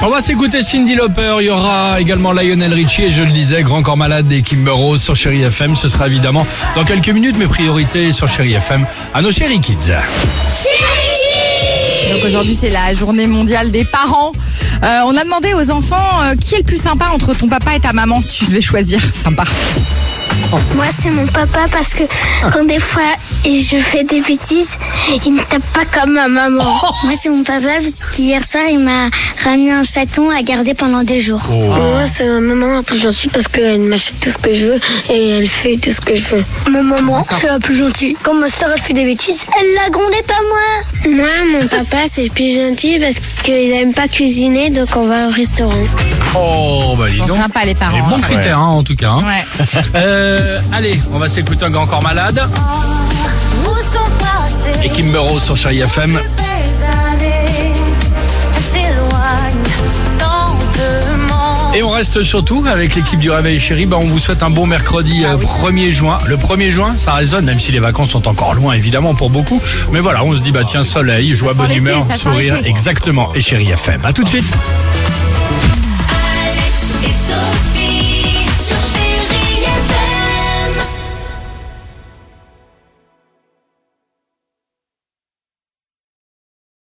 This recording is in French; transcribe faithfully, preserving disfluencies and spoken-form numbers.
On va s'écouter Cyndi Lauper, il y aura également Lionel Richie et je le disais, Grand Corps Malade et Kimber Rose sur Chérie F M. Ce sera évidemment dans quelques minutes, mes priorités sur Chérie F M à nos Chérie Kids. Donc aujourd'hui c'est la journée mondiale des parents. Euh, on a demandé aux enfants euh, qui est le plus sympa entre ton papa et ta maman si tu devais choisir. Sympa. Moi, c'est mon papa parce que quand des fois je fais des bêtises, il me tape pas comme ma maman. Moi, c'est mon papa parce qu'hier soir, il m'a ramené un chaton à garder pendant des jours. Oh. Moi, c'est ma maman la plus gentille parce qu'elle m'achète tout ce que je veux et elle fait tout ce que je veux. Ma maman, c'est la plus gentille. Quand ma soeur, elle fait des bêtises, elle la grondait pas moi. Moi, mon papa, c'est le plus gentil parce qu'il aime pas cuisiner, donc on va au restaurant. Oh, bah dis Ils sont donc. sympas les parents. Les bons hein. critères, hein, en tout cas. Hein. Ouais. Euh, allez, on va s'écouter un Grand Corps Malade et Kimber Rose sur Chérie F M. Et on reste surtout avec l'équipe du Réveil Chérie. Bah, on vous souhaite un bon mercredi euh, premier juin. Le premier juin, ça résonne, même si les vacances sont encore loin, évidemment, pour beaucoup. Mais voilà, on se dit, bah tiens, soleil, joie, sent bonne l'été, humeur, ça sent sourire. l'été. Exactement. Et Chérie F M. À tout de suite.